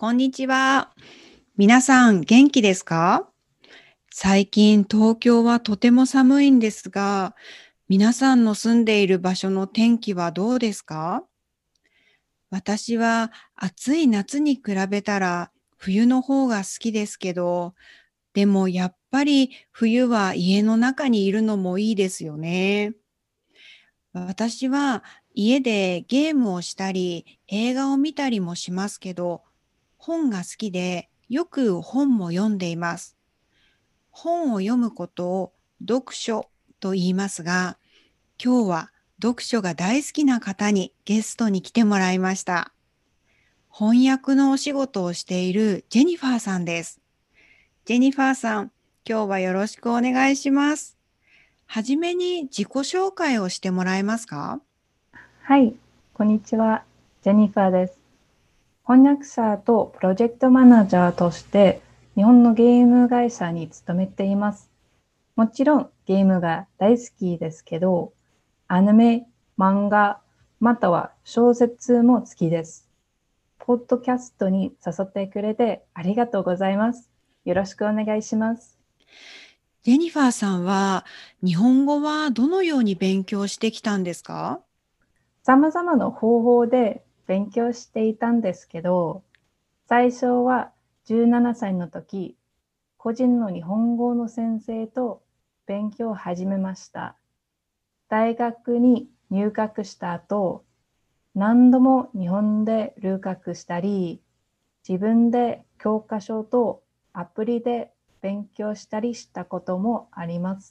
こんにちは。皆さん元気ですか？最近東京はとても寒いんですが、皆さんの住んでいる場所の天気はどうですか？私は暑い夏に比べたら冬の方が好きですけど、でもやっぱり冬は家の中にいるのもいいですよね。私は家でゲームをしたり映画を見たりもしますけど、本が好きでよく本も読んでいます。本を読むことを読書と言いますが、今日は読書が大好きな方にゲストに来てもらいました。翻訳のお仕事をしているジェニファーさんです。ジェニファーさん、今日はよろしくお願いします。はじめに自己紹介をしてもらえますか？ はい、こんにちは。ジェニファーです。翻訳者とプロジェクトマネージャーとして日本のゲーム会社に勤めています。もちろんゲームが大好きですけど、アニメ、漫画、または小説も好きです。ポッドキャストに誘ってくれてありがとうございます。よろしくお願いします。 ジェニファーさんは日本語はどのように勉強してきたんですか？ 様々な方法で勉強していたんですけど、最初は17歳の時、個人の日本語の先生と勉強を始めました。大学に入学した後、何度も日本で留学したり、自分で教科書とアプリで勉強したりしたこともあります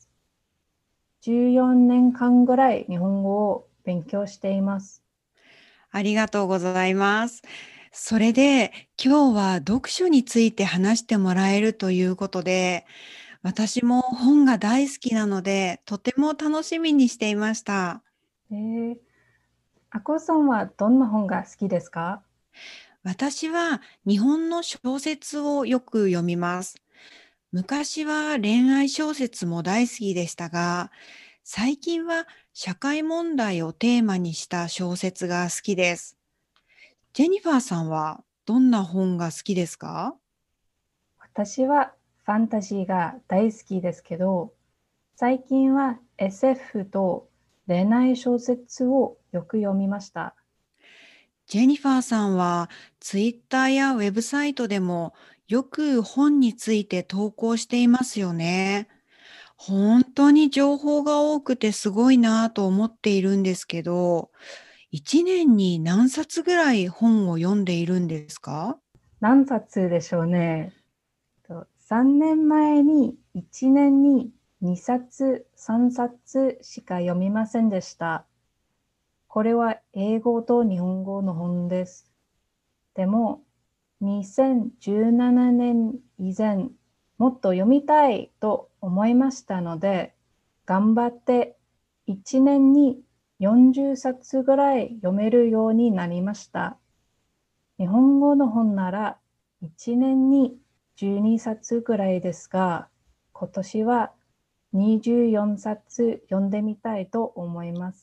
。14年間ぐらい日本語を勉強しています。 ありがとうございます。それで今日は読書について話してもらえるということで、私も本が大好きなので、とても楽しみにしていました。 えー、あこさんはどんな本が好きですか？ 私は日本の小説をよく読みます。昔は恋愛小説も大好きでしたが、最近は社会問題をテーマにした小説が好きです。ジェニファーさんはどんな本が好きですか？ 私はファンタジーが大好きですけど、最近は SF と恋愛小説をよく読みました。 ジェニファーさんはツイッターやウェブサイトでもよく本について投稿していますよね。本当に情報が多くてすごいなぁと思っているんですけど、一年に何冊ぐらい本を読んでいるんですか？ 何冊でしょうね。3年前に1年に2冊、3冊しか読みませんでした。これは英語と日本語の本です。でも、2017年以前、もっと読みたいと思いましたので、頑張って1年に40冊ぐらい読めるようになりました。日本語の本なら1年に12冊ぐらいですが、今年は24冊読んでみたいと思います。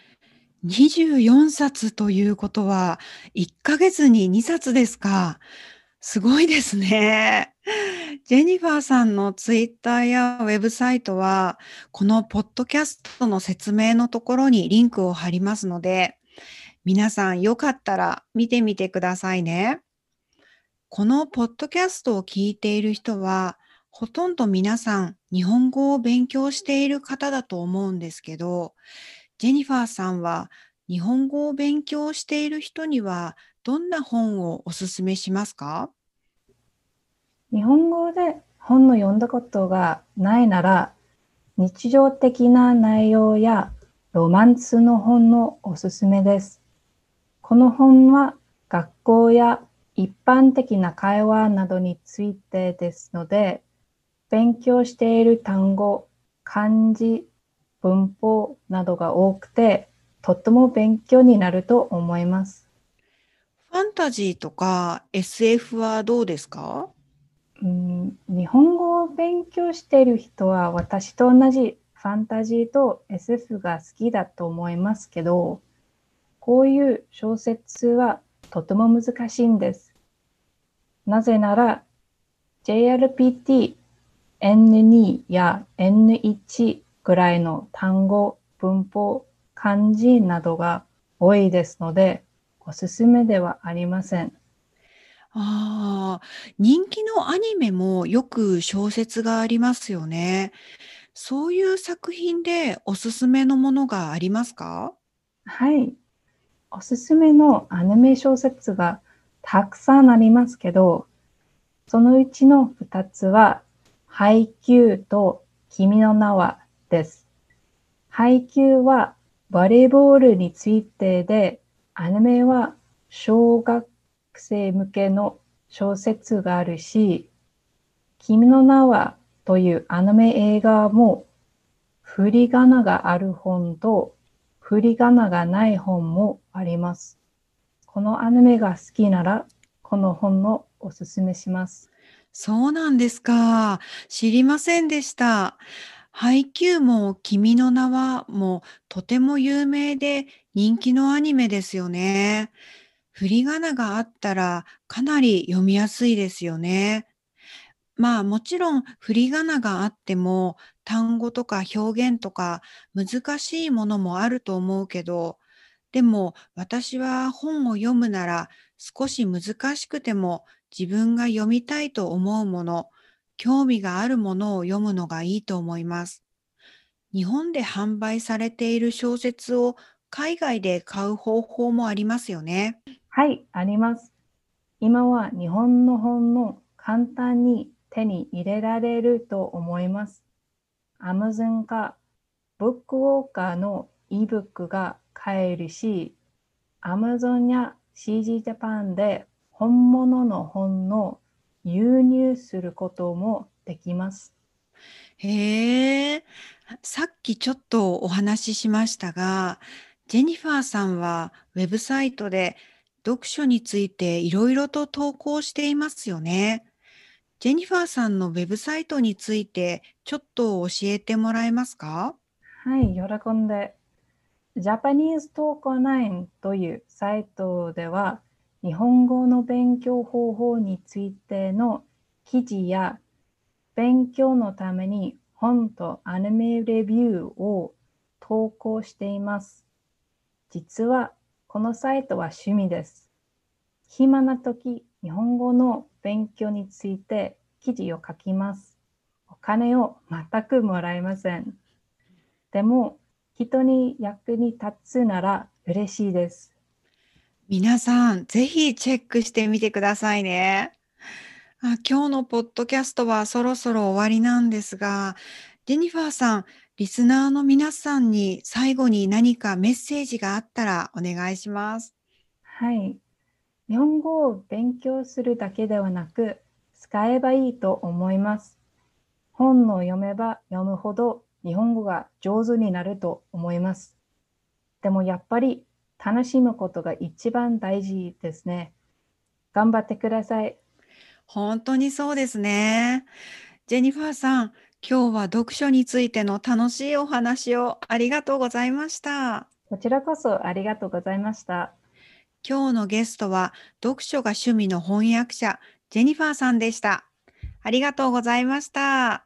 24冊ということは、1ヶ月に2冊ですか。すごいですね。ジェニファーさんのツイッターやウェブサイトは、このポッドキャストの説明のところにリンクを貼りますので、皆さんよかったら見てみてくださいね。このポッドキャストを聞いている人は、ほとんど皆さん日本語を勉強している方だと思うんですけど、ジェニファーさんは日本語を勉強している人にはどんな本をおすすめしますか？ 日本語で本を読んだことがないなら、日常的な内容やロマンスの本のおすすめです。この本は学校や一般的な会話などについてですので、勉強している単語、漢字、文法などが多くて、とっても勉強になると思います。 ファンタジーとか SF はどうですか？ 日本語を勉強している人は私と同じファンタジーと SF が好きだと思いますけど、こういう小説はとても難しいんです。 なぜなら JLPT、N2 や N1 ぐらいの単語、文法、漢字などが多いですので、おすすめではありません。 ああ、人気のアニメもよく小説がありますよね。そういう作品でおすすめのものがありますか？ はい。おすすめのアニメ小説がたくさんありますけど、そのうちの2つは、ハイキューと君の名はです。ハイキューはバレーボールについてで、アニメは小学生向けの小説があるし、君の名はというアニメ映画も振り仮名がある本と振り仮名がない本もあります。このアニメが好きなら、この本をおすすめします。 そうなんですか。知りませんでした。ハイキューも君の名はもとても有名で人気のアニメですよね。振り仮名があったらかなり読みやすいですよね。まあもちろん振り仮名があっても単語とか表現とか難しいものもあると思うけど、でも私は本を読むなら少し難しくても自分が読みたいと思うもの、興味があるものを読むのがいいと思います。日本で販売されている小説を海外で買う方法もありますよね。 はい、あります。今は日本の本も簡単に手に入れられると思います。Amazon かブックウォーカーの ebook が買えるし、Amazon や CG ジャパンで本物の本の輸入することもできます。 へえ、さっきちょっとお話ししましたが、ジェニファーさんはウェブサイトで読書についていろいろと投稿していますよね。ジェニファーさんのウェブサイトについてちょっと教えてもらえますか？ はい、喜んで。Japanese Talk 9というサイトでは、日本語の勉強方法についての記事や勉強のために本とアニメレビューを投稿しています。実はこのサイトは趣味です。暇な時、日本語の勉強について記事を書きます。お金を全くもらえません。でも、人に役に立つなら嬉しいです。 皆さん、ぜひチェックしてみてくださいね。今日のポッドキャストはそろそろ終わりなんですが、ジェニファーさん、リスナーの皆さんに最後に何かメッセージがあったらお願いします。 はい。日本語を勉強するだけではなく、使えばいいと思います。本を読めば読むほど日本語が上手になると思います。でもやっぱり楽しむことが一番大事ですね。頑張ってください。 本当にそうですね。ジェニファーさん、今日は読書についての楽しいお話をありがとうございました。 こちらこそありがとうございました。 今日のゲストは読書が趣味の翻訳者、ジェニファーさんでした。ありがとうございました。